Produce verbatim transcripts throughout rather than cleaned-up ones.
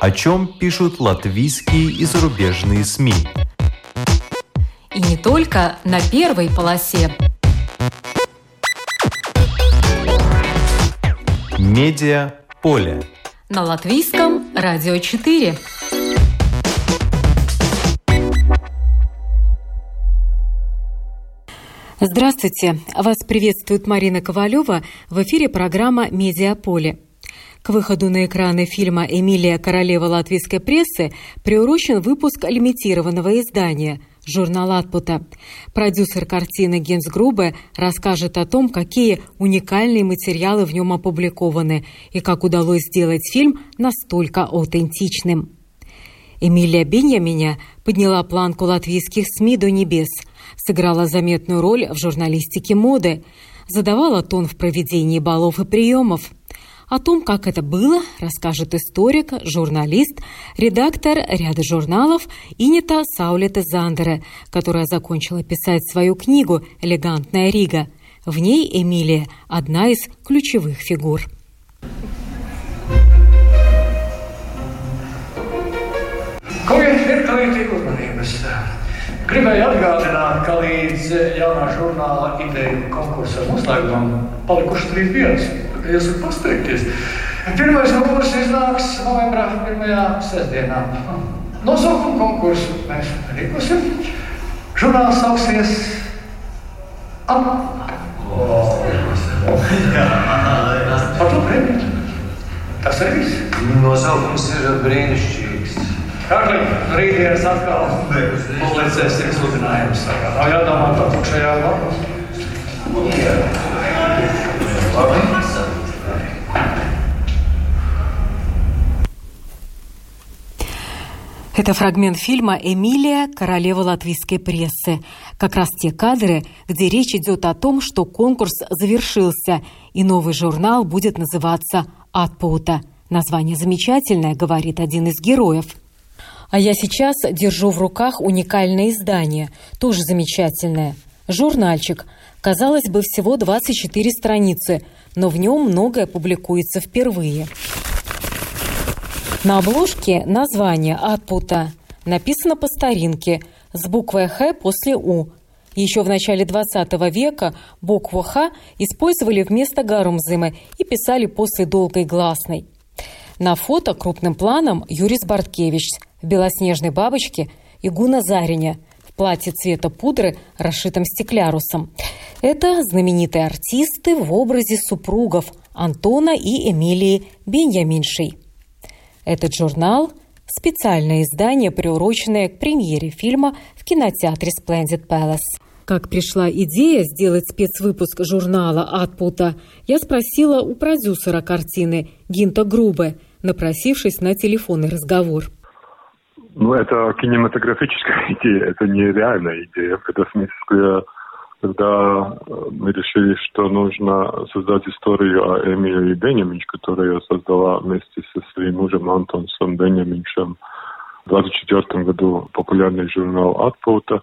О чем пишут латвийские и зарубежные СМИ. И не только на первой полосе. Медиаполе. На латвийском радио четыре. Здравствуйте! Вас приветствует Марина Ковалева. В эфире программа «Медиаполе». К выходу на экраны фильма «Эмилия, королева латвийской прессы» приурочен выпуск лимитированного издания «Журнал Атпута». Продюсер картины Гинс Грубе расскажет о том, какие уникальные материалы в нем опубликованы и как удалось сделать фильм настолько аутентичным. Эмилия Беньяминя подняла планку латвийских СМИ до небес, сыграла заметную роль в журналистике моды, задавала тон в проведении балов и приемов. О том, как это было, расскажет историк, журналист, редактор ряда журналов Инита Саулете Зандере, которая закончила писать свою книгу «Элегантная Рига». В ней Эмилия – одна из ключевых фигур. Gribēju atgādināt, ka līdz jaunā žurnāla ideju konkursa noslēgumam palikuši trīs dienas. Jūs varat pasteikties. Pirmais numurs iznāks novembrā pirmajā sestdienā. Nosaukumu konkursu mēs rīkosim. Žurnāls sauksies Atpūta. Par to prēmiju. Tas arī viss. Nosaukums ir brīnišķīgs. Kārklīgi, rītdienas atkal publicēsim sludinājumus. Nav jādomā par tukšajām lapām. Jā. Labi. Это фрагмент фильма «Эмилия, королева латвийской прессы». Как раз те кадры, где речь идет о том, что конкурс завершился, и новый журнал будет называться «Атпута». Название замечательное, говорит один из героев. А я сейчас держу в руках уникальное издание, тоже замечательное. Журнальчик. Казалось бы, всего двадцать четыре страницы, но в нем многое публикуется впервые. На обложке название «Атпута» написано по старинке, с буквой «Х» после «У». Еще в начале двадцатого века букву «Х» использовали вместо гарумзымы и писали после долгой гласной. На фото крупным планом Юрис Барткевич в белоснежной бабочке и Гуна Зариня в платье цвета пудры, расшитом стеклярусом. Это знаменитые артисты в образе супругов Антона и Эмилии Беньяминшей. Этот журнал – специальное издание, приуроченное к премьере фильма в кинотеатре Splendid Palace. Как пришла идея сделать спецвыпуск журнала «Атпута», я спросила у продюсера картины Гинта Грубе, напросившись на телефонный разговор. Ну, это кинематографическая идея, это нереальная идея. В этом смысле, когда мы решили, что нужно создать историю о Эмилии Беньяминш, которую я создала вместе со своим мужем Антонсом Беньяминшем в двадцать четвёртом году популярный журнал «Атпута»,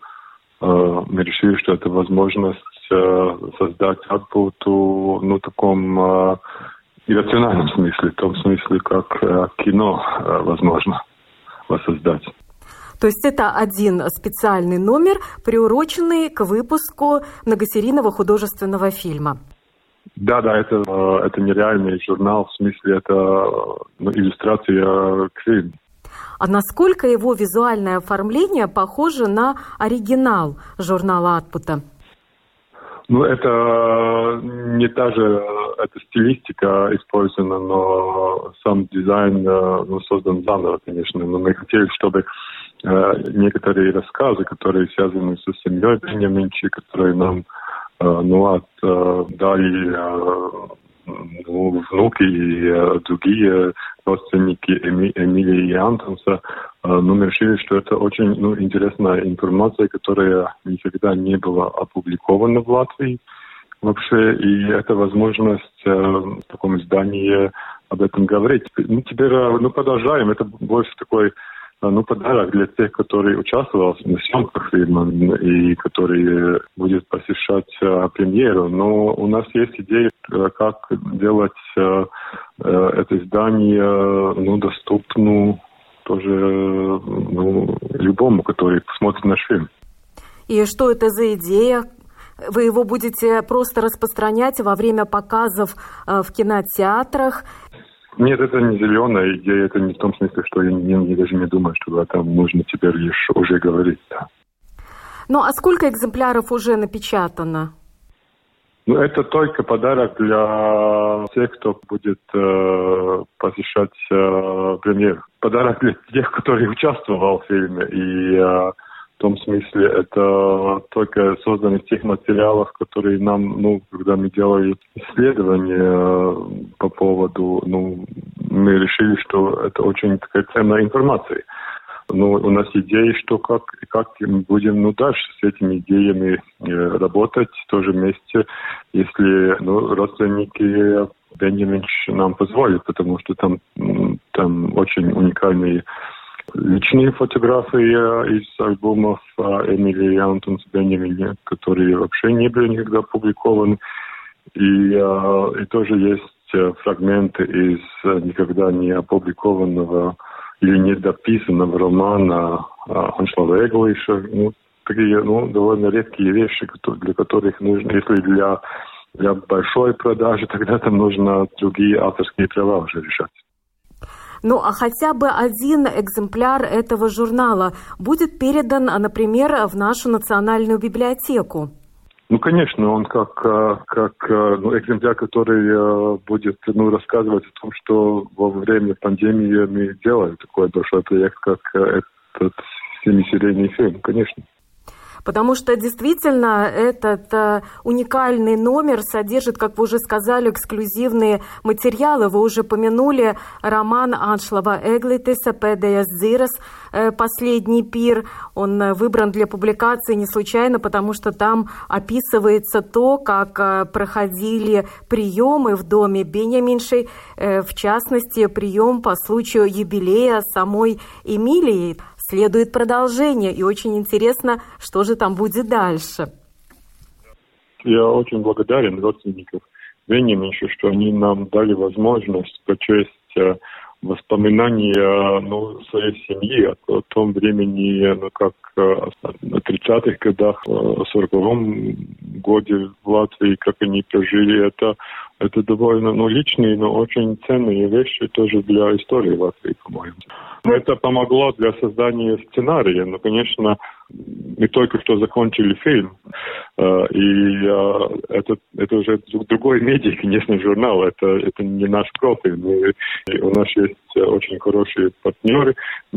мы решили, что это возможность создать Атпуту, ну, в таком э, иррациональном смысле, в том смысле, как э, кино э, возможно воссоздать. То есть это один специальный номер, приуроченный к выпуску многосерийного художественного фильма? Да, да, это, э, это нереальный журнал, в смысле, это ну, иллюстрация к фильму. А насколько его визуальное оформление похоже на оригинал журнала «Атпута»? Ну, это не та же эта стилистика использована, но сам дизайн ну, создан заново, конечно. Но мы хотели, чтобы э, некоторые рассказы, которые связаны со семьей Беньяминши, которые нам э, ну, от, э, дали э, ну, внуки и э, другие родственники Эми, Эмилии и Антонса, э, ну, мы решили, что это очень ну, интересная информация, которая никогда не была опубликована в Латвии вообще, и это возможность э, в таком издании об этом говорить. Ну, теперь, э, ну, продолжаем, это больше такой ну, подарок для тех, которые участвовали в съемках фильма и которые будут посещать э, премьеру. Но у нас есть идея, как делать э, это издание ну, доступну тоже ну, любому, который смотрит наш фильм. И что это за идея? Вы его будете просто распространять во время показов в кинотеатрах? Нет, это не зеленая идея, это не в том смысле, что я, я, я даже не думаю, что там нужно теперь лишь уже говорить. Да. Ну, а сколько экземпляров уже напечатано? Ну, это только подарок для тех, кто будет э, посещать э, премьеру. Подарок для тех, которые участвовали в фильме. И э, в том смысле это только создано из тех материалов, которые нам, ну, когда мы делали исследования э, по поводу, ну, мы решили, что это очень такая ценная информация. Ну, у нас идеи, что как, как мы будем ну, дальше с этими идеями э, работать тоже вместе, если ну, родственники Беньяминш нам позволят, потому что там, там очень уникальные личные фотографии э, из альбомов э, Эмили Янтунс Беньямин, которые вообще не были никогда опубликованы. И, э, и тоже есть э, фрагменты из э, никогда не опубликованного или недописанного романа Аншлава Эглиша. Ну, такие ну, довольно редкие вещи, для которых нужно, если для, для большой продажи, тогда там нужно другие авторские права уже решать. Ну, а хотя бы один экземпляр этого журнала будет передан, например, в нашу национальную библиотеку? Ну, конечно, он как, как ну, экземпляр, который будет ну, рассказывать о том, что во время пандемии мы делали такой большой проект, как этот семисерийный фильм, конечно. Потому что действительно этот э, уникальный номер содержит, как вы уже сказали, эксклюзивные материалы. Вы уже помянули роман Аншлава Эглитиса «Пēdējais dzīras», э, «Последний пир». Он э, выбран для публикации не случайно, потому что там описывается то, как э, проходили приемы в доме Беньяминшей, э, в частности, прием по случаю юбилея самой Эмилии. Следует продолжение, и очень интересно, что же там будет дальше. Я очень благодарен родственникам Беньяминша, что они нам дали возможность прочесть воспоминания ну, своей семьи о том времени, ну, как в тридцатых годах, в сороковом году в Латвии, как они прожили. Это, это довольно ну, личные, но очень ценные вещи тоже для истории Латвии, по-моему. Это помогло для создания сценария. Но, конечно, мы только что закончили фильм. И это, это уже другой медиа, конечно, журнал. Это, это не наш профиль. Мы, у нас есть очень хорошие партнеры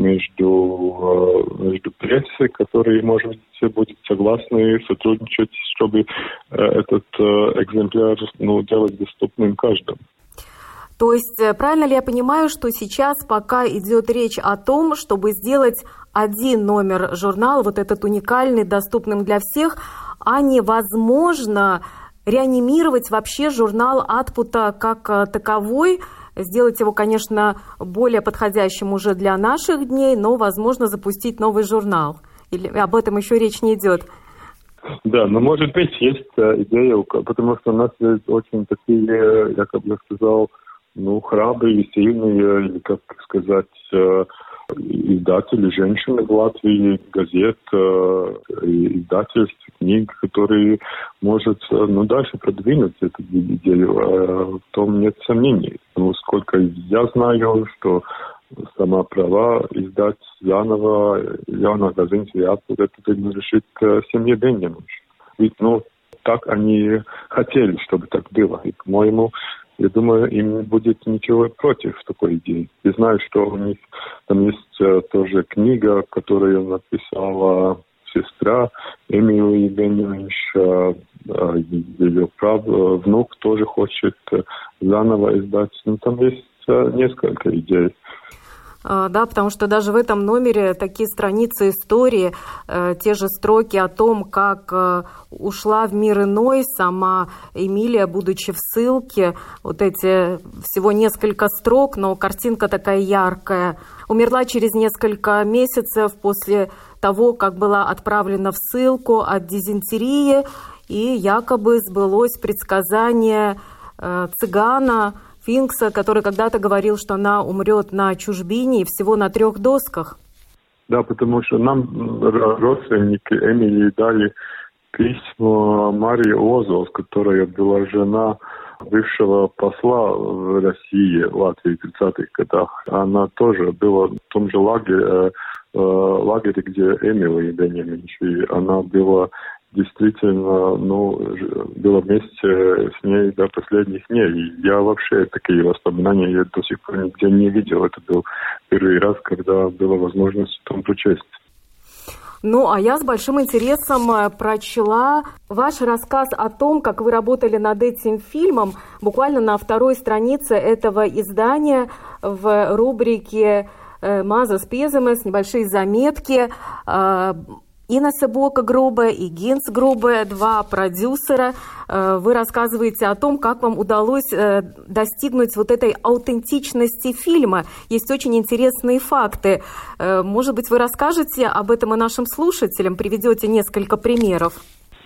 между, между прессой, которые, может быть, будут согласны сотрудничать, чтобы этот экземпляр ну, делать доступным каждому. То есть, правильно ли я понимаю, что сейчас пока идет речь о том, чтобы сделать один номер журнала, вот этот уникальный, доступным для всех, а не возможно реанимировать вообще журнал Атпута как таковой, сделать его, конечно, более подходящим уже для наших дней, но, возможно, запустить новый журнал? Или об этом еще речь не идет? Да, но, может быть, есть идея, потому что у нас есть очень такие, я как бы сказал, ну, храбрые, сильные, или, как сказать, издатели, женщины в Латвии, газет, издательств, книг, которые может ну, дальше продвинуть эту идею. В том нет сомнений. Ну, сколько я знаю, что сама права издать заново Яна Газинская Атпут, это трудно решить семье Беньяминш. Ведь, ну, так они хотели, чтобы так было. И, по-моему, я думаю, им не будет ничего против такой идеи. Я знаю, что у них там есть uh, тоже книга, которую написала сестра Эмилии Беньяминш. Uh, uh, ее прав, uh, внук тоже хочет uh, заново издать. Ну, там есть uh, несколько идей. Да, потому что даже в этом номере такие страницы истории, э, те же строки о том, как э, ушла в мир иной сама Эмилия, будучи в ссылке. Вот эти всего несколько строк, но картинка такая яркая. Умерла через несколько месяцев после того, как была отправлена в ссылку от дизентерии, и якобы сбылось предсказание э, цыгана, сфинкса, который когда-то говорил, что она умрет на чужбине и всего на трех досках. Да, потому что нам родственники Эмилии дали письмо Марии Озолс, которая была жена бывшего посла в России, Латвии в тридцатых годах. Она тоже была в том же лагере, э, лагере где Эмилия Беньяминович. И она была действительно, ну, была вместе с ней до последних дней. И я вообще такие воспоминания я до сих пор нигде не видел. Это был первый раз, когда была возможность в том прочесть. Ну, а я с большим интересом прочла ваш рассказ о том, как вы работали над этим фильмом, буквально на второй странице этого издания в рубрике «Мазас Пеземес», небольшие заметки. Инесса Бока Грубе и Гинс Грубе, два продюсера. Вы рассказываете о том, как вам удалось достигнуть вот этой аутентичности фильма. Есть очень интересные факты. Может быть, вы расскажете об этом и нашим слушателям, приведете несколько примеров?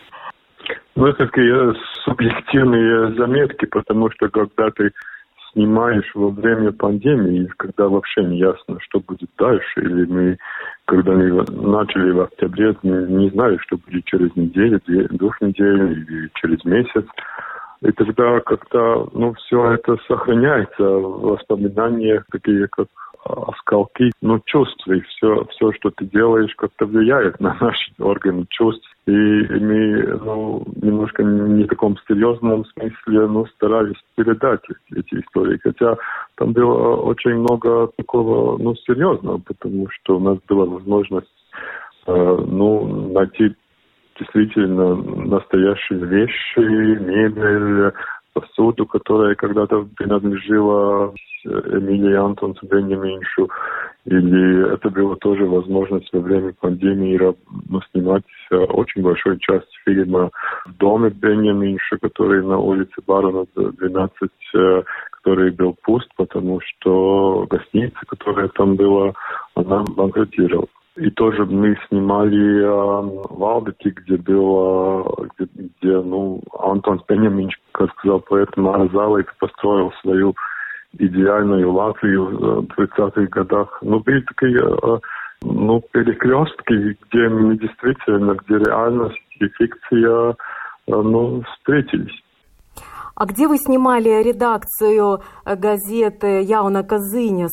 Ну, это такие субъективные заметки, потому что когда ты снимаешь во время пандемии, когда вообще не ясно, что будет дальше, или мы, когда мы начали в октябре, не, не знали, что будет через неделю, две, двух недель или через месяц. И тогда как-то, ну, все это сохраняется, воспоминания такие, как осколки, ну, чувств, и все, все, что ты делаешь, как-то влияет на наши органы чувств. И мы, ну, немножко не в таком серьезном смысле, ну, старались передать эти истории. Хотя там было очень много такого, ну, серьезного, потому что у нас была возможность, э, ну, найти действительно настоящие вещи, мебель, посуду, которая когда-то принадлежала Эмилии Антонсу Беньяминовичу, или это была тоже возможность во время пандемии ну, снимать очень большую часть фильма в доме Беньяминовича, который на улице Барона двенадцать, который был пуст, потому что гостиница, которая там была, она банкротировала. И тоже мы снимали э, в Алдеке, где было, где, где ну, Антон Беньяминович, как сказал поэт, Мара Залайка, построил свою идеальную Латвию в тридцатых годах. Ну, были такие э, ну, перекрестки, где мы действительно, где реальность и фикция э, ну, встретились. А где вы снимали редакцию газеты «Jaunākas ziņas»?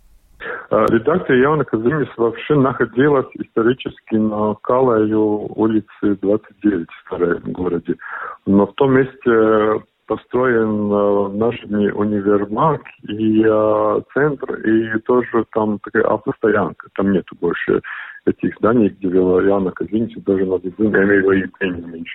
Редакция «Jaunākas ziņas» вообще находилась исторически на Калаю улице двадцать девять в старом городе. Но в том месте построен наш универмаг и э, центр, и тоже там такая автостоянка. Там нету больше этих зданий, где была «Jaunākas ziņas», даже на Эмилии Беньяминович.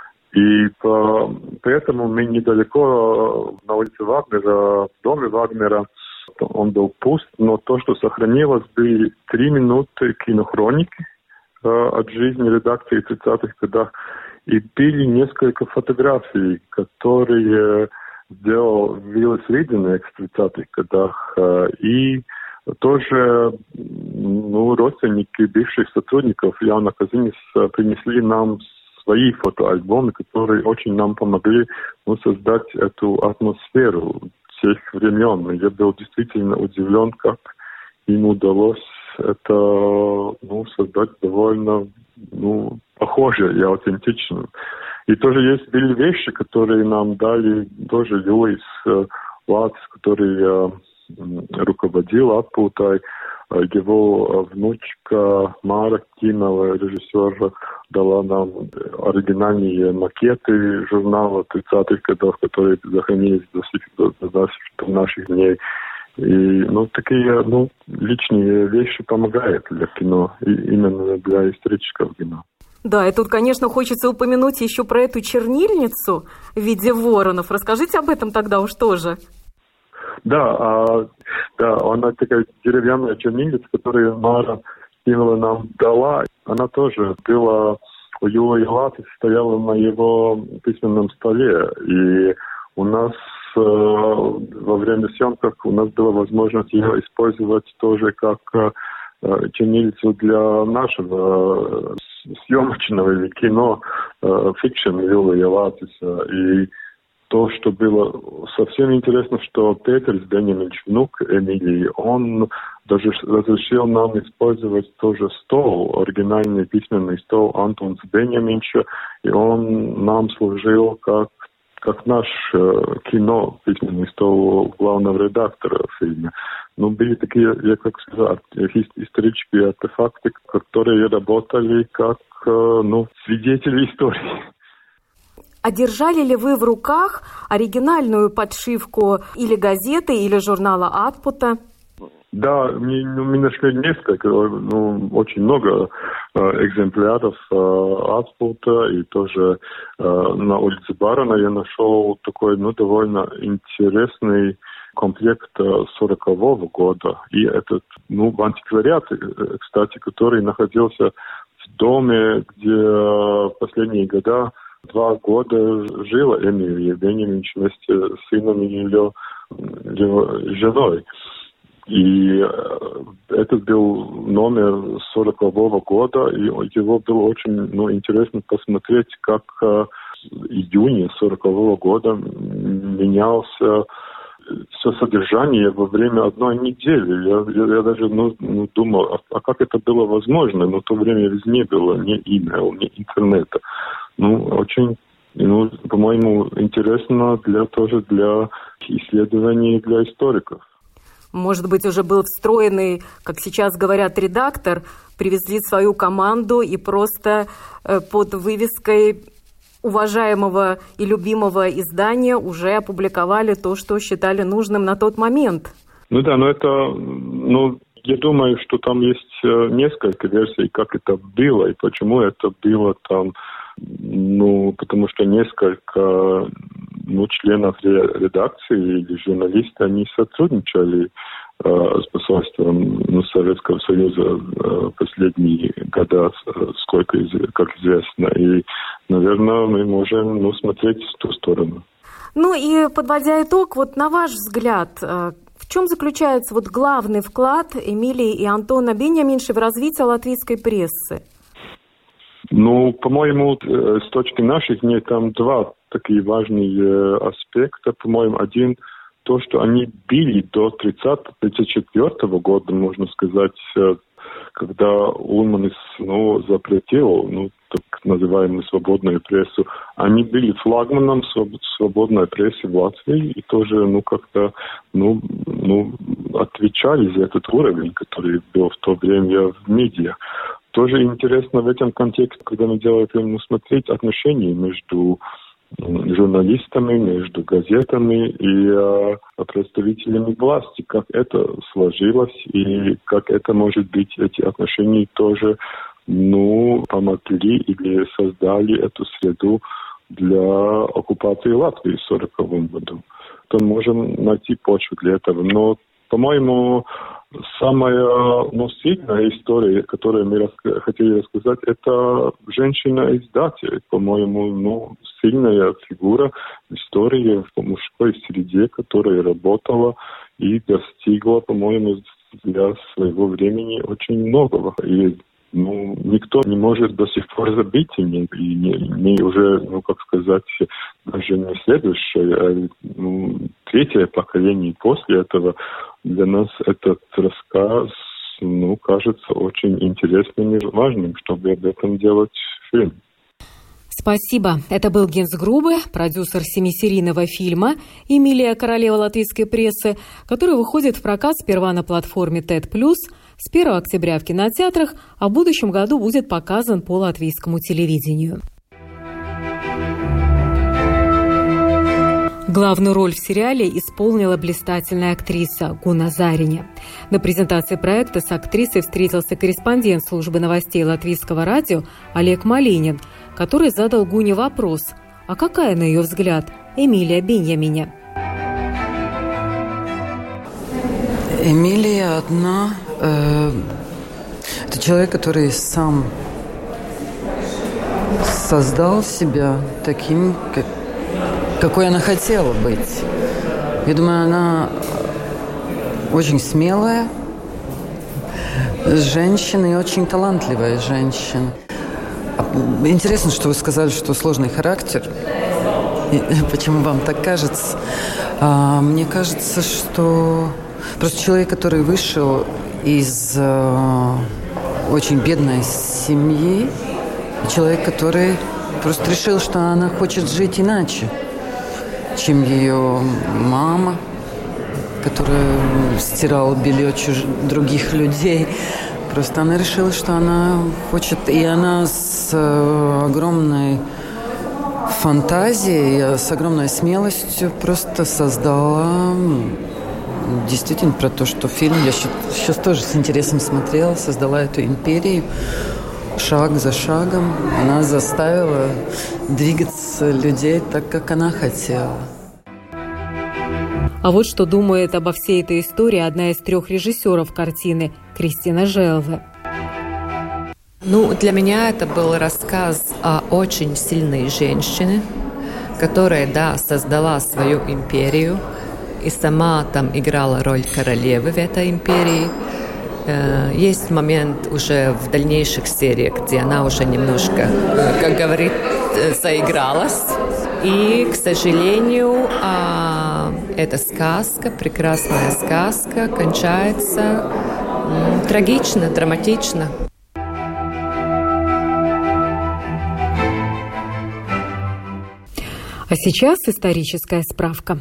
И по, поэтому мы недалеко на улице Вагнера, в доме Вагнера, он был пуст, но то, что сохранилось, были три минуты кинохроники э, от жизни редакции в тридцатых годах, и были несколько фотографий, которые сделал Виллис Риденекс в тридцатых годах, э, и тоже ну, родственники бывших сотрудников «Jaunākas ziņas» принесли нам свои фотоальбомы, которые очень нам помогли ну, создать эту атмосферу всех времен. Я был действительно удивлен, как им удалось это ну, создать довольно ну, похоже и аутентично. И тоже есть были вещи, которые нам дали тоже Льюис Латс, который э, руководил Atpūtai. Его внучка Мара Кинова, режиссер, дала нам оригинальные макеты журнала тридцатых годов, которые сохранились до сих до, до, до наших дней. И ну, такие ну, личные вещи помогают для кино, и именно для исторического кино. Да, и тут, конечно, хочется упомянуть еще про эту чернильницу в виде воронов. Расскажите об этом тогда уж тоже. Да, а, да, она такая деревянная чернильница, которую Мара Кинова нам дала. Она тоже была у Юлии Латвии, стояла на его письменном столе. И у нас э, во время съемок у нас была возможность ее использовать тоже как э, чернильницу для нашего э, съемочного или кино э, фикшн Юлии Латвии. И то, что было совсем интересно, что Петр Беньяминович, внук Эмилии, он даже разрешил нам использовать тоже стол, оригинальный письменный стол Антона Беньяминовича, и он нам служил как, как наш э, кино, письменный стол главного редактора в фильме. Но были такие, я как сказал, исторические артефакты, которые работали как э, ну, свидетели истории. А держали ли вы в руках оригинальную подшивку или газеты, или журнала «Атпута»? Да, у меня нашли несколько, ну, очень много э, экземпляров э, «Атпута», и тоже э, на улице Барона я нашел такой, ну, довольно интересный комплект сорокового года. И этот, ну, в антиквариате, кстати, который находился в доме, где в последние года Два года жила Эмилия Беньяминович вместе с сыном и ее, ее женой. И это был номер сорокового года, и его было очень ну, интересно посмотреть, как в июне сорокового года менялся все содержание во время одной недели. Я, я, я даже ну, ну, думал, а, а как это было возможно? Но в то время ведь не было ни имейл, ни интернета. Ну, очень, ну, по-моему, интересно для, тоже для исследований для историков. Может быть, уже был встроенный, как сейчас говорят, редактор, привезли свою команду и просто э, под вывеской уважаемого и любимого издания уже опубликовали то, что считали нужным на тот момент. Ну да, но это, ну, я думаю, что там есть несколько версий, как это было и почему это было там. Ну, потому что несколько ну, членов редакции или журналисты, они сотрудничали э, с посольством ну, Советского Союза э, последние года, сколько, как известно. И, наверное, мы можем ну, смотреть в ту сторону. Ну и подводя итог, вот на ваш взгляд, в чем заключается вот главный вклад Эмилии и Антона Беньяминовича в развитие латвийской прессы? Ну, по-моему, с точки наших нет, там два такие важные аспекта. По-моему, один, то, что они били до тридцатого тридцать четвёртого года, можно сказать, когда Улманис ну, запретил ну, так называемую свободную прессу. Они были флагманом свободной прессы в Латвии и тоже ну, как-то ну, ну, отвечали за этот уровень, который был в то время в медиа. Тоже интересно в этом контексте, когда мы делаем фильм, ну, смотреть отношения между журналистами, между газетами и э, представителями власти, как это сложилось и как это, может быть, эти отношения тоже ну, помогли или создали эту среду для оккупации Латвии в сороковом году. То можем найти почву для этого. Но, по-моему, самая ну, сильная история, которую мы рас- хотели рассказать, это женщина-издатель. По-моему, ну, сильная фигура истории в мужской среде, которая работала и достигла, по-моему, для своего времени очень многого. И ну, никто не может до сих пор забыть и не, и не, не уже, ну, как сказать, даже не следующее, а ну, третье поколение после этого. Для нас этот рассказ, ну, кажется очень интересным и важным, чтобы об этом делать фильм. Спасибо. Это был Генс Грубе, продюсер семисерийного фильма «Эмилия, королева латвийской прессы», который выходит в прокат сперва на платформе ТЭД плюс, с первого октября в кинотеатрах, а в будущем году будет показан по латвийскому телевидению. Главную роль в сериале исполнила блистательная актриса Гуна Зариня. На презентации проекта с актрисой встретился корреспондент службы новостей Латвийского радио Олег Малинин, который задал Гуне вопрос: а какая, на ее взгляд, Эмилия Беньяминя? Эмилия одна. Э, это человек, который сам создал себя таким, как, какой она хотела быть. Я думаю, она очень смелая женщина и очень талантливая женщина. Интересно, что вы сказали, что сложный характер. почему вам так кажется? А, мне кажется, что просто человек, который вышел из а, очень бедной семьи, человек, который просто решил, что она хочет жить иначе, чем ее мама, которая стирала белье чуж... других людей. Просто она решила, что она хочет... И она с э, огромной фантазией, с огромной смелостью просто создала... Действительно, про то, что фильм я сейчас тоже с интересом смотрела, создала эту империю шаг за шагом. Она заставила двигаться людей так, как она хотела. А вот что думает обо всей этой истории одна из трех режиссеров картины Кристина Желве. Ну, для меня это был рассказ о очень сильной женщине, которая, да, создала свою империю и сама там играла роль королевы в этой империи. Есть момент уже в дальнейших сериях, где она уже немножко, как говорит, заигралась. И, к сожалению, эта сказка, прекрасная сказка, кончается трагично, драматично. А сейчас историческая справка.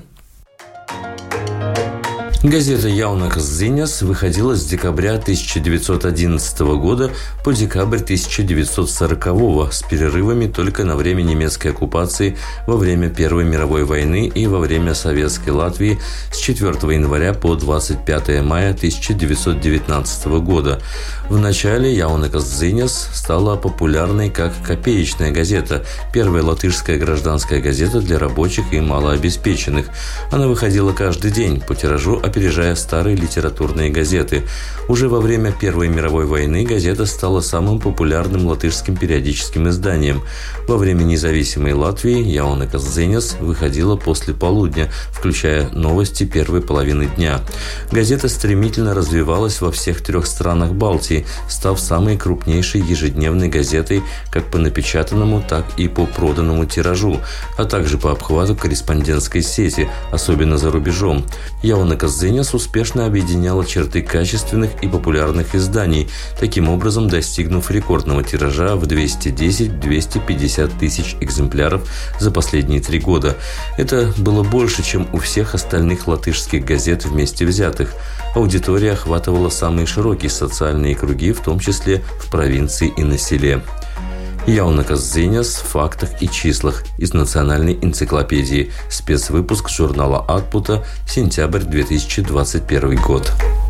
Газета «Jaunākas ziņas» выходила с декабря тысяча девятьсот одиннадцатого года по декабрь тысяча девятьсот сорокового с перерывами только на время немецкой оккупации во время Первой мировой войны и во время Советской Латвии с четвёртого января по двадцать пятое мая тысяча девятьсот девятнадцатого года. В начале «Jaunākas ziņas» стала популярной как копеечная газета, первая латышская гражданская газета для рабочих и малообеспеченных. Она выходила каждый день по тиражу, опережая старые литературные газеты. Уже во время Первой мировой войны газета стала самым популярным латышским периодическим изданием. Во время независимой Латвии «Jaunākas ziņas» выходила после полудня, включая новости первой половины дня. Газета стремительно развивалась во всех трех странах Балтии, став самой крупнейшей ежедневной газетой как по напечатанному, так и по проданному тиражу, а также по обхвату корреспондентской сети, особенно за рубежом. «Jaunākas ziņas» успешно объединяла черты качественных и популярных изданий, таким образом достигнув рекордного тиража в двести десять - двести пятьдесят тысяч экземпляров за последние три года. Это было больше, чем у всех остальных латышских газет вместе взятых. Аудитория охватывала самые широкие социальные круги, в том числе в провинции и на селе. «Jaunākas ziņas» в фактах и числах из Национальной энциклопедии. Спецвыпуск журнала «Atpūta», сентябрь две тысячи двадцать первый год.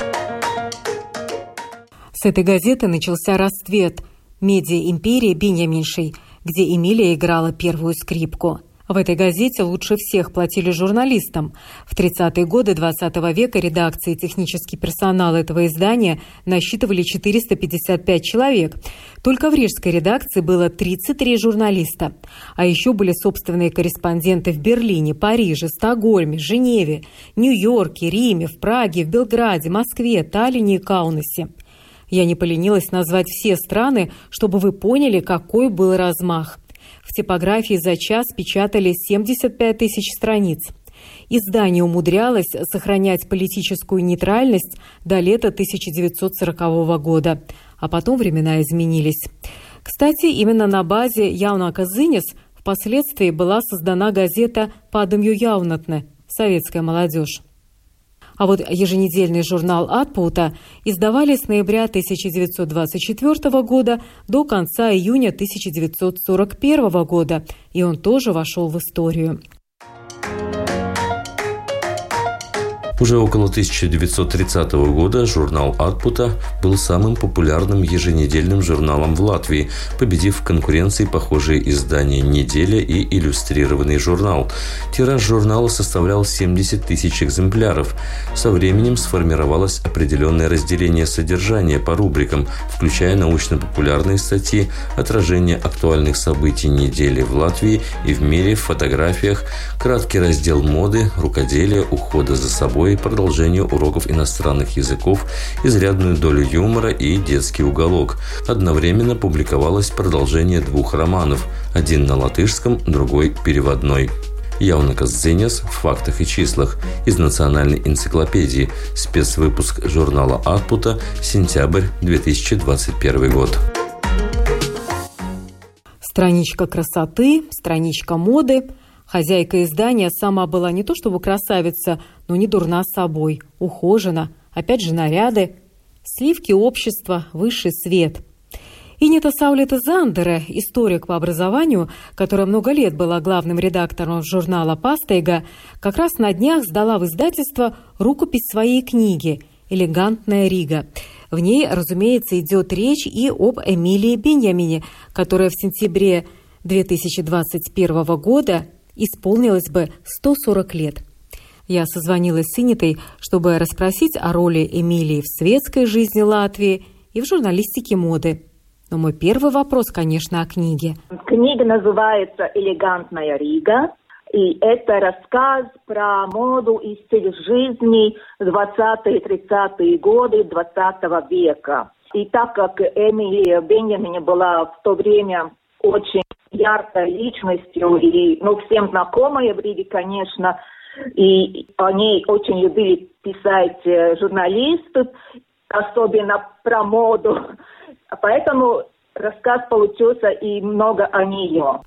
С этой газеты начался расцвет медиа-империи Беньяминшей, где Эмилия играла первую скрипку. В этой газете лучше всех платили журналистам. В тридцатые годы двадцатого века редакции и технический персонал этого издания насчитывали четыреста пятьдесят пять человек. Только в рижской редакции было тридцать три журналиста. А еще были собственные корреспонденты в Берлине, Париже, Стокгольме, Женеве, Нью-Йорке, Риме, в Праге, в Белграде, Москве, Таллине и Каунасе. Я не поленилась назвать все страны, чтобы вы поняли, какой был размах. В типографии за час печатали семьдесят пять тысяч страниц. Издание умудрялось сохранять политическую нейтральность до лета тысяча девятьсот сорокового года, а потом времена изменились. Кстати, именно на базе «Jaunākas ziņas» впоследствии была создана газета «Padomju jaunatne» – «Советская молодежь». А вот еженедельный журнал «Atpūta» издавали с ноября тысяча девятьсот двадцать четвёртого года до конца июня тысяча девятьсот сорок первого года, и он тоже вошел в историю. Уже около тысяча девятьсот тридцатого года журнал «Atpūta» был самым популярным еженедельным журналом в Латвии, победив в конкуренции похожие издания «Неделя» и «Иллюстрированный журнал». Тираж журнала составлял семьдесят тысяч экземпляров. Со временем сформировалось определенное разделение содержания по рубрикам, включая научно-популярные статьи, отражение актуальных событий недели в Латвии и в мире в фотографиях, краткий раздел моды, рукоделия, ухода за собой, продолжение уроков иностранных языков, изрядную долю юмора и детский уголок. Одновременно публиковалось продолжение двух романов, один на латышском, другой переводной. Jaunākas ziņas в фактах и числах из национальной энциклопедии, спецвыпуск журнала «Atputa», сентябрь две тысячи двадцать первый год. Страничка красоты, страничка моды. Хозяйка издания сама была не то чтобы красавица, но не дурна собой, ухожена, опять же наряды, сливки общества, высший свет. Инета Саулета Зандера, историк по образованию, которая много лет была главным редактором журнала «Пастейга», как раз на днях сдала в издательство рукопись своей книги «Элегантная Рига». В ней, разумеется, идет речь и об Эмилии Беньямине, которая в сентябре две тысячи двадцать первого года исполнилось бы сто сорок лет. Я созвонилась с Инетой, чтобы расспросить о роли Эмилии в светской жизни Латвии и в журналистике моды. Но мой первый вопрос, конечно, о книге. Книга называется «Элегантная Рига», и это рассказ про моду и стиль жизни двадцатые и тридцатые годы двадцатого века. И так как Эмилия Беньямин была в то время очень яркой личностью и ну, всем знакомой в Риге, конечно, и о ней очень любили писать журналисты, особенно про моду. Поэтому рассказ получился и много о нее.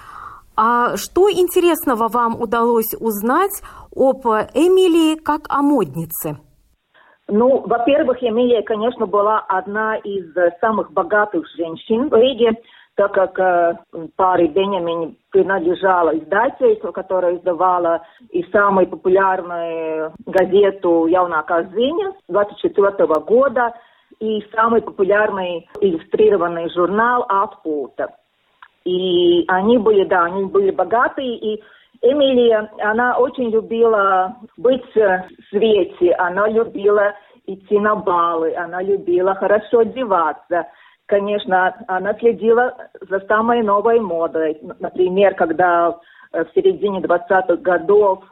А что интересного вам удалось узнать об Эмилии как о моднице? Ну, во-первых, Эмилия, конечно, была одна из самых богатых женщин в Риге, так как э, паре Беньямин принадлежала издательству, которое издавало и самую популярную газету «Jaunākas ziņas» двадцать четвёртого года, и самый популярный иллюстрированный журнал «Atputa». И они были, да, они были богатые, и Эмилия, она очень любила быть в свете, она любила идти на балы, она любила хорошо одеваться. Конечно, она следила за самой новой модой. Например, когда в середине двадцатых годов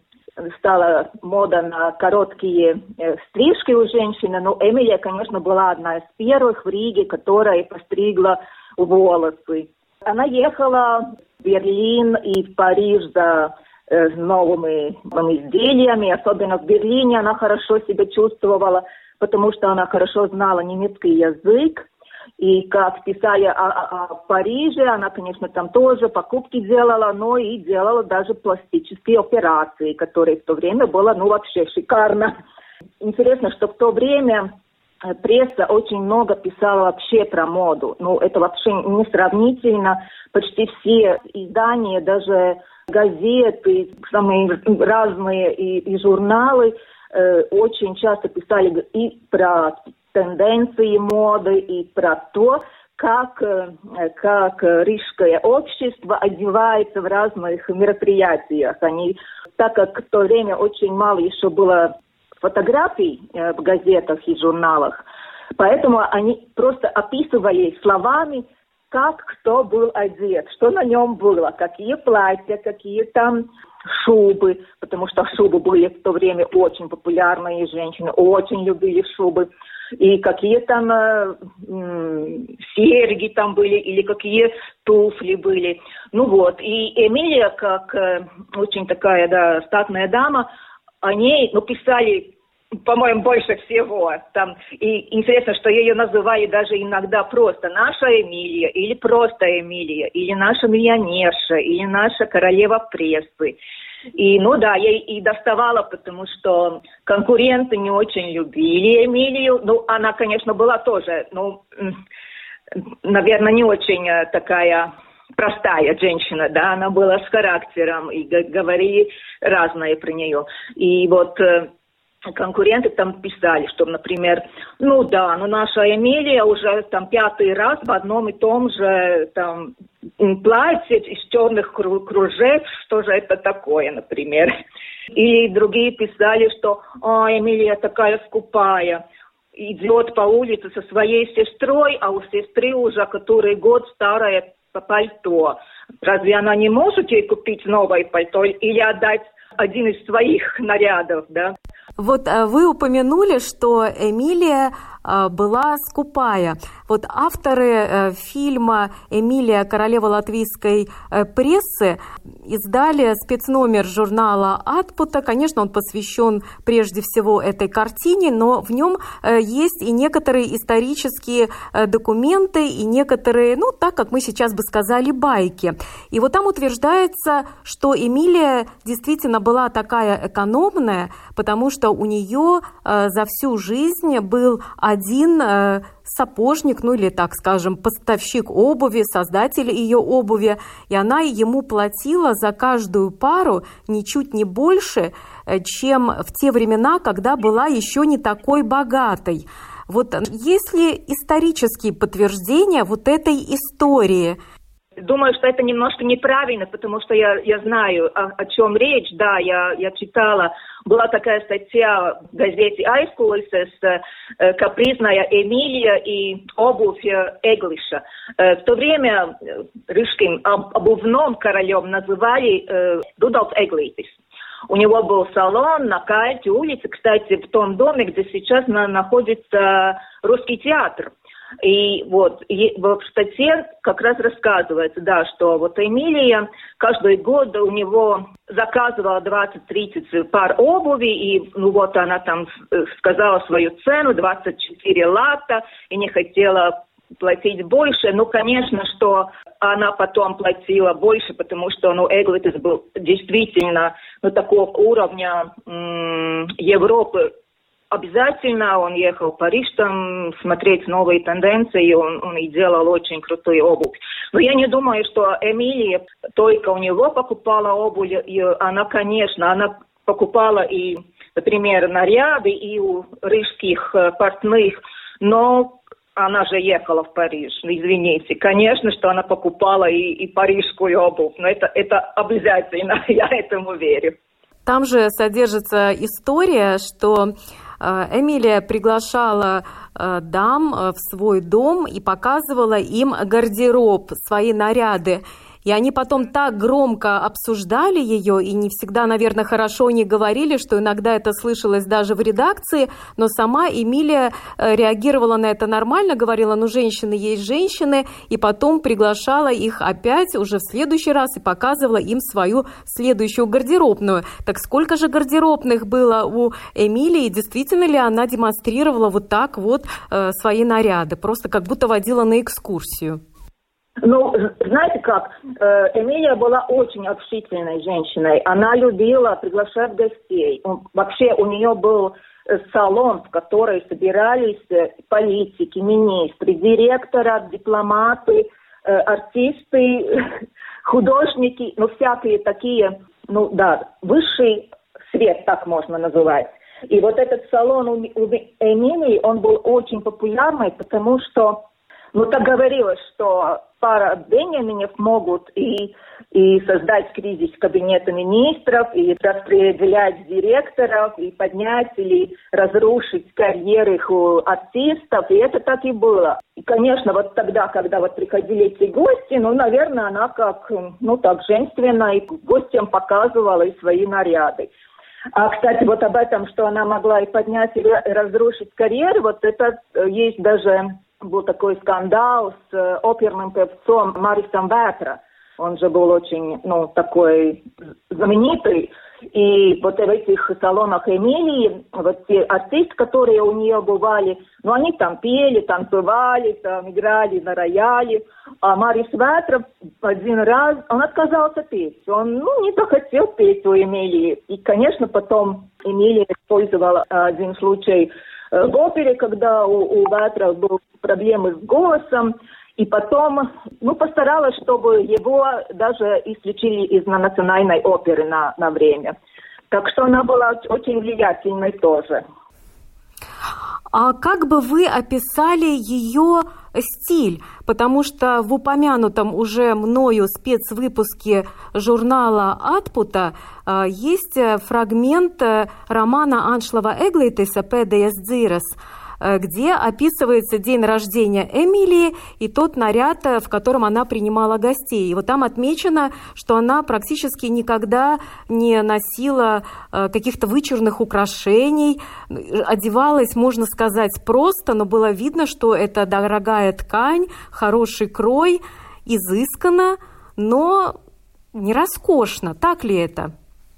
стала мода на короткие стрижки у женщины, но Эмилия, конечно, была одна из первых в Риге, которая постригла волосы. Она ехала в Берлин и в Париж за э, новыми, новыми изделиями. Особенно в Берлине она хорошо себя чувствовала, потому что она хорошо знала немецкий язык. И как писали о, о, о Париже, она, конечно, там тоже покупки делала, но и делала даже пластические операции, которые в то время было, ну, вообще шикарно. Интересно, что в то время пресса очень много писала вообще про моду. Ну, это вообще не сравнительно. Почти все издания, даже газеты, самые разные и, и журналы э, очень часто писали и про тенденции моды, и про то, как, э, как рижское общество одевается в разных мероприятиях. Они, так как в то время очень мало еще было фотографий э, в газетах и журналах, поэтому они просто описывали словами, как кто был одет, что на нем было, какие платья, какие там шубы, потому что шубы были в то время очень популярные, женщины очень любили шубы, и какие там э, э, серьги там были, или какие туфли были. Ну вот, и Эмилия, как э, очень такая, да, статная дама, о ней, ну, писали, по-моему, больше всего. Там, и интересно, что ее называли даже иногда просто «наша Эмилия», или просто Эмилия, или «наша миллионерша», или «наша королева прессы». И, ну да, ей и доставало, потому что конкуренты не очень любили Эмилию. Ну, она, конечно, была тоже, ну, наверное, не очень такая простая женщина, да, она была с характером, и говорили разное про нее. И вот конкуренты там писали, что, например, ну да, ну наша Эмилия уже там пятый раз в одном и том же там платье из черных кружев, что же это такое, например. И другие писали, что а, Эмилия такая скупая, идет по улице со своей сестрой, а у сестры уже который год старое пальто. Разве она не может ей купить новое пальто или отдать один из своих нарядов, да? Вот вы упомянули, что Эмилия была скупая. Вот авторы фильма «Эмилия, королева латвийской прессы» издали спецномер журнала «Атпута». Конечно, он посвящен прежде всего этой картине, но в нем есть и некоторые исторические документы, и некоторые, ну, так как мы сейчас бы сказали, байки. И вот там утверждается, что Эмилия действительно была такая экономная, потому что у нее за всю жизнь был один э, сапожник, ну или, так скажем, поставщик обуви, создатель ее обуви, и она ему платила за каждую пару ничуть не больше, чем в те времена, когда была еще не такой богатой. Вот есть ли исторические подтверждения вот этой истории? Думаю, что это немножко неправильно, потому что я, я знаю, о, о чем речь. Да, я, я читала, была такая статья в газете «Aizkulises», э, «Капризная Эмилия и обувь Эглиша». Э, в то время рижским об, обувным королем называли э, Рудольф Эглитис. У него был салон на Кальте улице, кстати, в том доме, где сейчас на, находится Русский театр. И вот и в статье как раз рассказывается, да, что вот Эмилия каждый год у него заказывала двадцать-тридцать пар обуви, и ну вот она там сказала свою цену, двадцать четыре лата, и не хотела платить больше. Ну, конечно, что она потом платила больше, потому что, ну, Эглитис был действительно, ну, такого уровня м- Европы. Обязательно он ехал в Париж там смотреть новые тенденции, он, он и делал очень крутую обувь. Но я не думаю, что Эмилия только у него покупала обувь, и она, конечно, она покупала и, например, наряды и у рижских портных, но она же ехала в Париж, извините. Конечно, что она покупала и, и парижскую обувь, но это, это обязательно, я этому верю. Там же содержится история, что Эмилия приглашала дам в свой дом и показывала им гардероб, свои наряды. И они потом так громко обсуждали ее, и не всегда, наверное, хорошо не говорили, что иногда это слышалось даже в редакции, но сама Эмилия реагировала на это нормально, говорила, ну, женщины есть женщины, и потом приглашала их опять уже в следующий раз и показывала им свою следующую гардеробную. Так сколько же гардеробных было у Эмилии, и действительно ли она демонстрировала вот так вот э, свои наряды, просто как будто водила на экскурсию? Ну, знаете как, Эмилия была очень общительной женщиной. Она любила приглашать гостей. Вообще у нее был салон, в который собирались политики, министры, директоры, дипломаты, артисты, художники, ну, всякие такие, ну, да, высший свет, так можно называть. И вот этот салон у Эмилии, он был очень популярный, потому что, ну, так говорилось, что пара Беньяминов могут и, и создать кризис кабинета министров, и распределять директоров, и поднять или разрушить карьеры артистов, и это так и было. И, конечно, вот тогда, когда вот приходили эти гости, ну, наверное, она как, ну, так женственно и гостям показывала и свои наряды. А, кстати, вот об этом, что она могла и поднять, и разрушить карьеру, вот это есть даже... Был такой скандал с э, оперным певцом Марисом Вэтра. Он же был очень, ну, такой знаменитый. И вот в этих салонах Эмилии, вот те артисты, которые у нее бывали, ну, они там пели, танцевали, там играли на рояле. А Марис Вэтра один раз, он отказался петь. Он, ну, не захотел петь у Эмилии. И, конечно, потом Эмилия использовала один случай в опере, когда у, у Вэтра были проблемы с голосом, и потом, ну, постаралась, чтобы его даже исключили из национальной оперы на, на время. Так что она была очень влиятельной тоже. А как бы вы описали ее стиль? Потому что в упомянутом уже мною спецвыпуске журнала «Атпута» есть фрагмент романа Аншлава Эглитиса «Pēdējais dzīves», где описывается день рождения Эмилии и тот наряд, в котором она принимала гостей. И вот там отмечено, что она практически никогда не носила каких-то вычурных украшений, одевалась, можно сказать, просто, но было видно, что это дорогая ткань, хороший крой, изысканно, но не роскошно. Так ли это?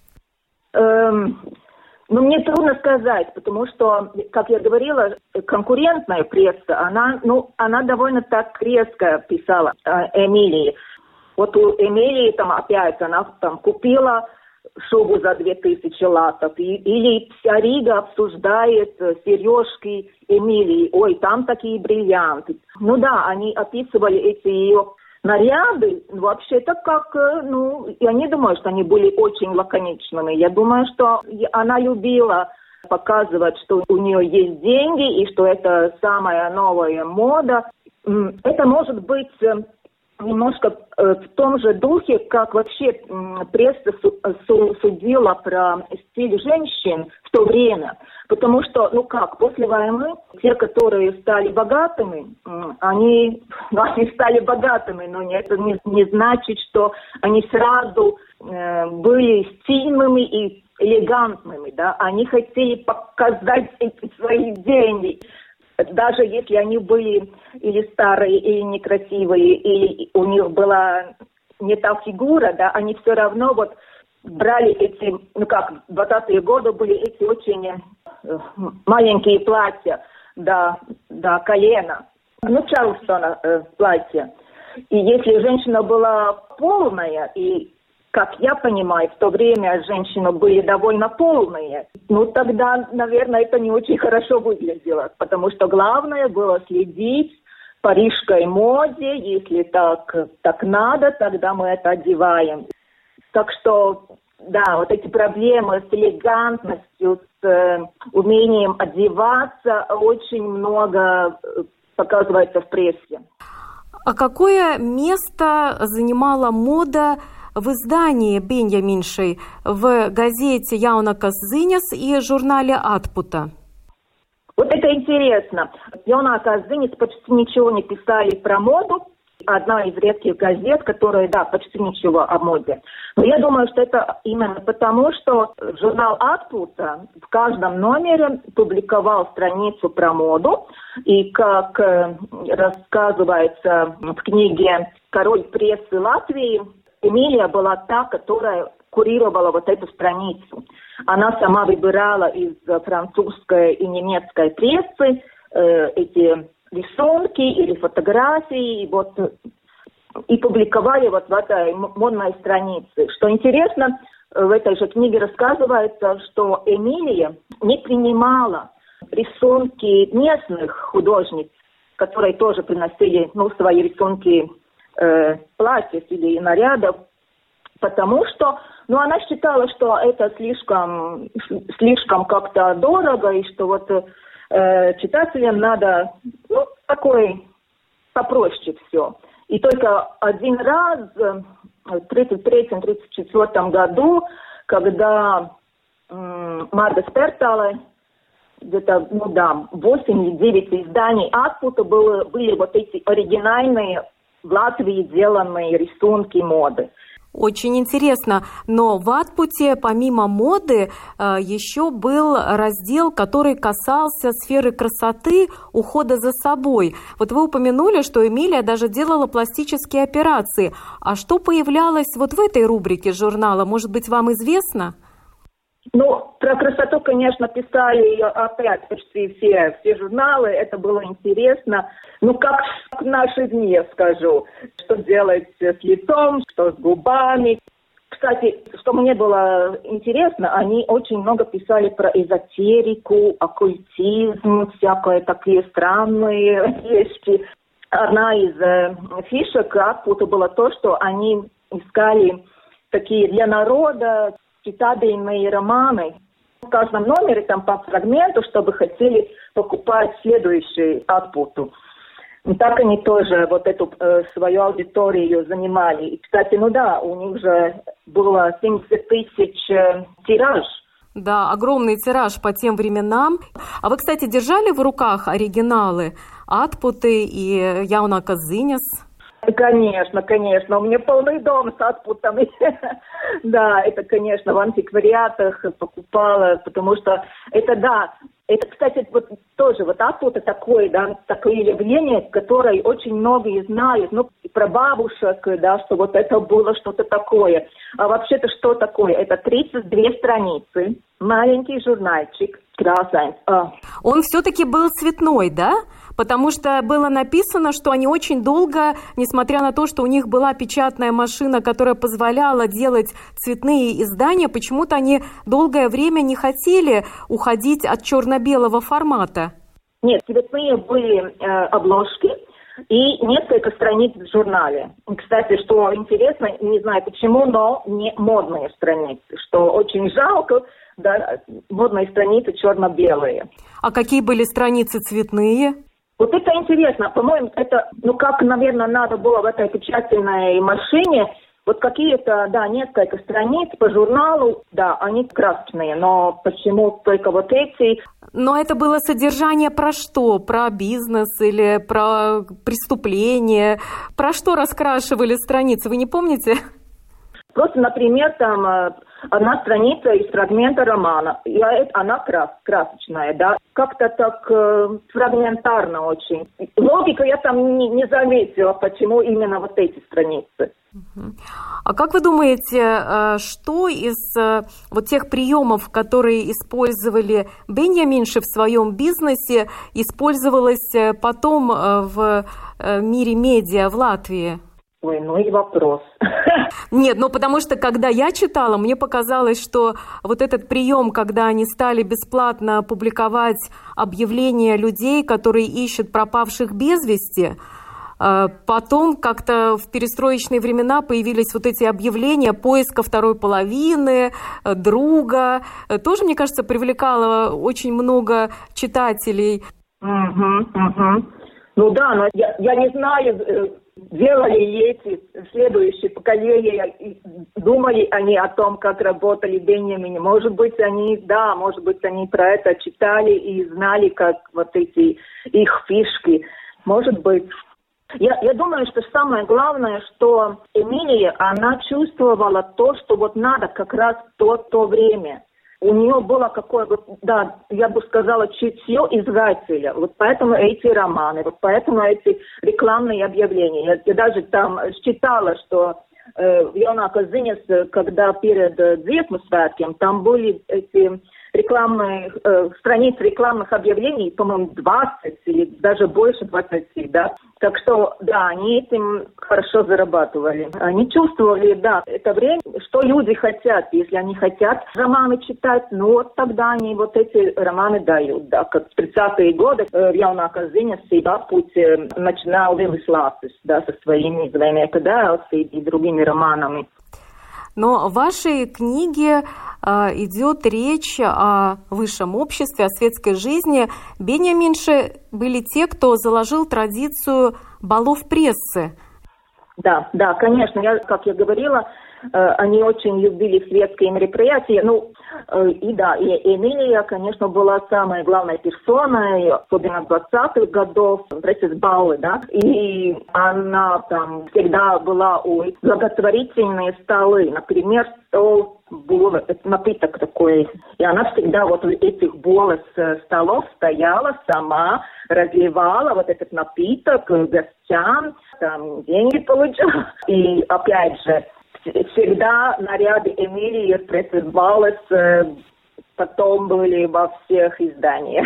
Эм, ну, мне трудно сказать, потому что, как я говорила, конкурентная пресса, она, ну, она довольно так резко писала э, Эмилии. Вот у Эмилии там опять, она там купила шубу за две тысячи латов, и, или вся Рига обсуждает сережки Эмилии. Ой, там такие бриллианты. Ну да, они описывали эти ее наряды, вообще-то как, ну, я не думаю, что они были очень лаконичными. Я думаю, что она любила показывать, что у нее есть деньги и что это самая новая мода. Это может быть немножко в том же духе, как вообще пресса судила про стиль женщин в то время. Потому что, ну как, после войны те, которые стали богатыми, они, они стали богатыми, но это не, не значит, что они сразу э, были стильными и элегантными, да. Они хотели показать эти свои деньги. Даже если они были или старые, или некрасивые, или у них была не та фигура, да, они все равно вот брали эти, ну как, в двадцатые годы были эти очень э, маленькие платья до, до колена, ну, Чарльстона э, платья. И если женщина была полная, и, как я понимаю, в то время женщины были довольно полные, ну, тогда, наверное, это не очень хорошо выглядело, потому что главное было следить парижской моде, если так, так надо, тогда мы это одеваем. Так что, да, вот эти проблемы с элегантностью, с э, умением одеваться очень много показывается в прессе. А какое место занимала мода в издании Беньяминшей, в газете «Jaunākās ziņas» и журнале «Atpūta»? Вот это интересно. «Jaunākās ziņas» почти ничего не писали про моду. Одна из редких газет, которая, да, почти ничего о моде. Но я думаю, что это именно потому, что журнал «Atpūta» в каждом номере публиковал страницу про моду. И, как э, рассказывается в книге «Король прессы Латвии», Эмилия была та, которая курировала вот эту страницу. Она сама выбирала из французской и немецкой прессы э, эти рисунки или фотографии, и, вот, и публиковали вот в этой модной странице. Что интересно, в этой же книге рассказывается, что Эмилия не принимала рисунки местных художниц, которые тоже приносили, ну, свои рисунки э, платьев или нарядов, потому что, ну, она считала, что это слишком, слишком как-то дорого, и что вот э, читателям надо, ну, такой попроще все. И только один раз в тридцать третьем — тридцать четвёртом году, когда м- Марга Спертале, где-то, ну да, восемь или девять изданий «Atpūta» было, были вот эти оригинальные в Латвии деланные рисунки моды. Очень интересно, но в «Atpūta» помимо моды еще был раздел, который касался сферы красоты, ухода за собой. Вот вы упомянули, что Эмилия даже делала пластические операции. А что появлялось вот в этой рубрике журнала, может быть, вам известно? Ну, про красоту, конечно, писали опять почти все, все журналы, это было интересно. Ну, как в наши дни, я скажу, что делать с лицом, что с губами. Кстати, что мне было интересно, они очень много писали про эзотерику, оккультизм, всякие такие странные вещи. Одна из э, фишек «Atpūta» была то, что они искали такие для народа читабельные романы. В каждом номере там по фрагменту, чтобы хотели покупать следующий «Atpūtu». И так они тоже вот эту э, свою аудиторию занимали. И, кстати, ну да, у них же было семьдесят тысяч э, тираж. Да, огромный тираж по тем временам. А вы, кстати, держали в руках оригиналы «Atpūti» и «Jaunākās ziņas»? Конечно, конечно. У меня полный дом с отпутами. Да, это, конечно, в антиквариатах покупала, потому что это, да, это, кстати, вот тоже вот отпуты такое, да, такое явление, которое очень многие знают, ну, про бабушек, да, что вот это было что-то такое. А вообще-то что такое? Это тридцать две страницы, маленький журнальчик, красный. А. Он все-таки был цветной, да? Потому что было написано, что они очень долго, несмотря на то, что у них была печатная машина, которая позволяла делать цветные издания, почему-то они долгое время не хотели уходить от черно-белого формата. Нет, цветные были э, обложки и несколько страниц в журнале. Кстати, что интересно, не знаю почему, но не модные страницы, что очень жалко, да, модные страницы черно-белые. А какие были страницы цветные? Вот это интересно. По-моему, это, ну, как, наверное, надо было в этой печатной машине. Вот какие-то, да, несколько страниц по журналу, да, они красочные, но почему только вот эти? Но это было содержание про что? Про бизнес или про преступление? Про что раскрашивали страницы, вы не помните? Просто, например, там одна страница из фрагмента романа, и она крас, красочная, да, как-то так э, фрагментарно очень. Логику я там не, не заметила, почему именно вот эти страницы. А как вы думаете, что из вот тех приемов, которые использовали Беньяминши в своем бизнесе, использовалось потом в мире медиа в Латвии? Ой, ну и вопрос. Нет, ну потому что, когда я читала, мне показалось, что вот этот прием, когда они стали бесплатно публиковать объявления людей, которые ищут пропавших без вести, потом как-то в перестроечные времена появились вот эти объявления поиска второй половины, друга. Тоже, мне кажется, привлекало очень много читателей. Угу, угу. Ну да, но я, я не знаю, делали ли эти следующие поколения, думали они о том, как работали Беньямин. Может быть, они, да, может быть, они про это читали и знали, как вот эти их фишки. Может быть. Я, я думаю, что самое главное, что Эмилия, она чувствовала то, что вот надо как раз в то, то время. У нее было какое-то, да, я бы сказала, чутье издателя. Вот поэтому эти романы, вот поэтому эти рекламные объявления. Я, я даже там считала, что э, в Jaunākās ziņas, когда перед Dziesmu svētkiem, там были эти рекламные, э, страницы рекламных объявлений, по-моему, двадцать или даже больше двадцати, да. Так что, да, они этим хорошо зарабатывали. Они чувствовали, да, это время, что люди хотят. Если они хотят романы читать, ну вот тогда они вот эти романы дают, да. Как в тридцатые годы э, в Jaunākās ziņas всегда путь э, начинал Вилис Ласис, да, со своими «Злēmēka dēls» и другими романами. Но в вашей книге э, идет речь о высшем обществе, о светской жизни. Беньяминши были те, кто заложил традицию балов прессы. Да, да, конечно. Я, как я говорила, э, они очень любили светские мероприятия. Ну, э, и да, и Эмилия, конечно, была самой главной персоной, особенно двадцатых годов, пресс-баллы, да. И она там всегда была у благотворительные столы. Например, стол был напиток такой. И она всегда вот у этих болов столов стояла сама, разливала вот этот напиток гостям, там деньги получала. И опять же, всегда наряды Эмилии пресс-баллы потом были во всех изданиях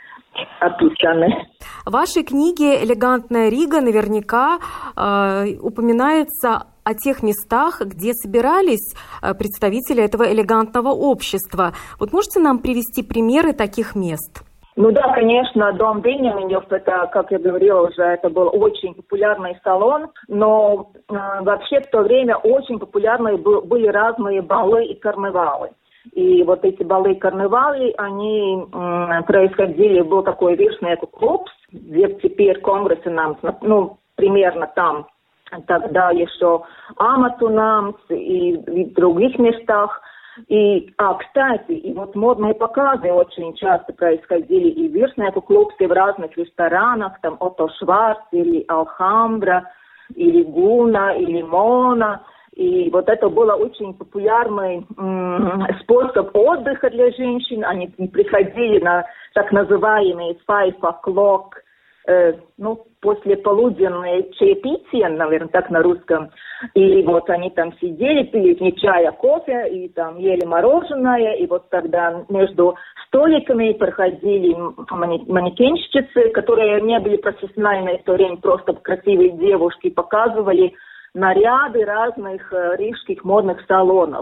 описаны. В вашей книге «Элегантная Рига» наверняка э, упоминается о тех местах, где собирались представители этого элегантного общества. Вот можете нам привести примеры таких мест? Ну да, конечно, дом Беньяминов, это, как я говорила уже, это был очень популярный салон, но э, вообще в то время очень популярны были разные балы и карнавалы. И вот эти балы и карнавалы, они м, происходили, был такой Виршний клуб, где теперь конгрессы нам, ну, примерно там, тогда еще Аматунамс и в других местах. И, а, кстати, и вот модные показы очень часто происходили и в Вирснеку клубе, в разных ресторанах, там Отто Шварц или Алхамбра, или Гуна, или Мона. И вот это был очень популярный м- способ отдыха для женщин. Они приходили на так называемые five o'clock, э, ну, после полуденное чаепитие, наверное, так на русском. И вот они там сидели, пили не чай, а кофе, и там ели мороженое. И вот тогда между столиками проходили манекенщицы, которые не были профессиональные в то время, просто красивые девушки, показывали наряды разных э, рижских модных салонов.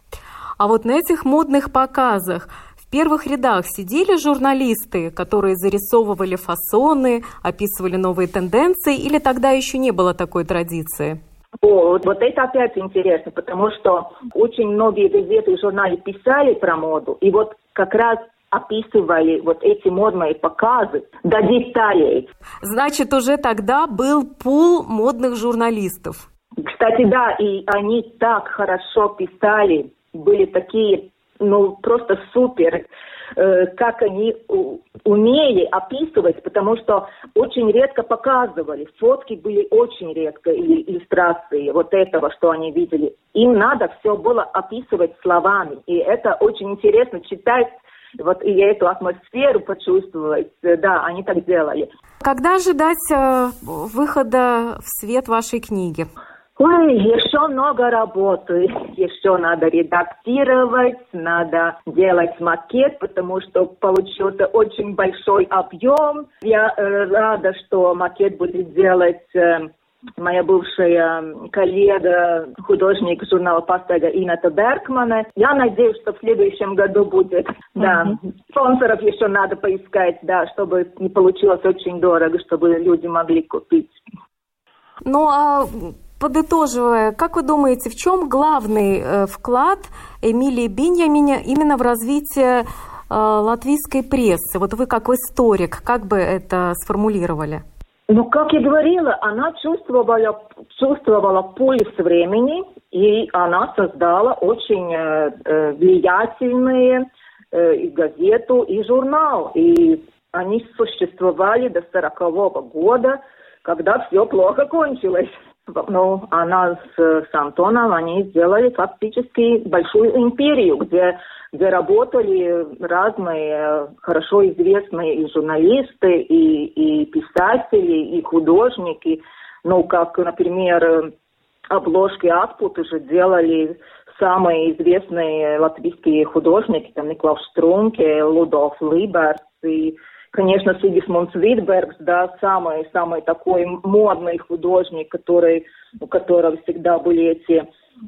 А вот на этих модных показах в первых рядах сидели журналисты, которые зарисовывали фасоны, описывали новые тенденции, или тогда еще не было такой традиции? О, вот, вот это опять интересно, потому что очень многие газеты и журналы писали про моду, и вот как раз описывали вот эти модные показы до деталей. Значит, уже тогда был пул модных журналистов. Кстати, да, и они так хорошо писали, были такие, ну, просто супер, э, как они у, умели описывать, потому что очень редко показывали. Фотки были очень редко, или иллюстрации вот этого, что они видели. Им надо все было описывать словами, и это очень интересно читать, вот и эту атмосферу почувствовать. Да, они так делали. Когда ожидать э, выхода в свет вашей книги? Ой, еще много работы, еще надо редактировать, надо делать макет, потому что получился очень большой объем. Я э, рада, что макет будет делать э, моя бывшая коллега, художник журнала «Пастега» Ината Беркмана. Я надеюсь, что в следующем году будет. Да, mm-hmm. Спонсоров еще надо поискать, да, чтобы не получилось очень дорого, чтобы люди могли купить. Ну, а подытоживая, как вы думаете, в чем главный э, вклад Эмилии Беньямине именно в развитие э, латвийской прессы? Вот вы как историк, как бы это сформулировали? Ну, как я говорила, она чувствовала, чувствовала пульс времени, и она создала очень э, влиятельные э, и газету, и журнал. И они существовали до сорокового года, когда все плохо кончилось. Ну, она с, с Антоном, они сделали фактически большую империю, где, где работали разные хорошо известные и журналисты, и, и писатели, и художники. Ну, как, например, обложки Аспут уже делали самые известные латвийские художники, там Никлаус Штрунке, Лудолф Либерс и, конечно, Сигисмундс Витбергс, да, самый-самый такой модный художник, который, у которого всегда были эти,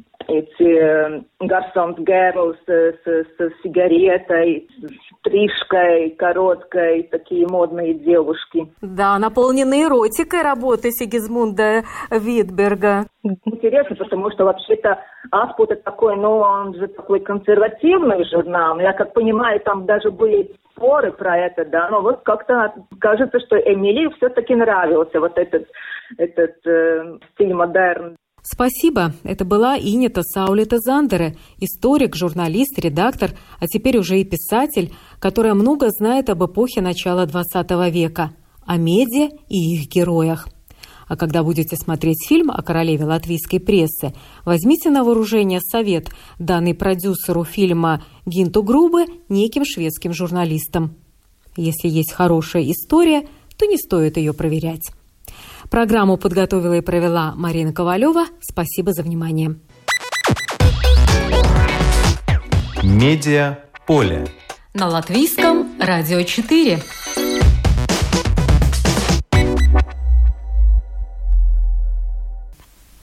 эти гарсонс герлс с, с, с сигаретой, с стрижкой короткой, такие модные девушки. Да, наполненные эротикой работы Сигизмунда Витберга. Интересно, потому что вообще-то Аспут это такой, ну, он же такой консервативный журнал. Я как понимаю, там даже были споры про это, да, но вот как-то кажется, что Эмилии все-таки нравился вот этот, этот э, стиль модерн. Спасибо. Это была Инета Саулита Зандере, историк, журналист, редактор, а теперь уже и писатель, которая много знает об эпохе начала двадцатого века, о медиа и их героях. А когда будете смотреть фильм о королеве латвийской прессы, возьмите на вооружение совет, данный продюсеру фильма Гинту Грубе неким шведским журналистом. Если есть хорошая история, то не стоит ее проверять. Программу подготовила и провела Марина Ковалева. Спасибо за внимание. Медиа поле. На Латвийском радио четыре.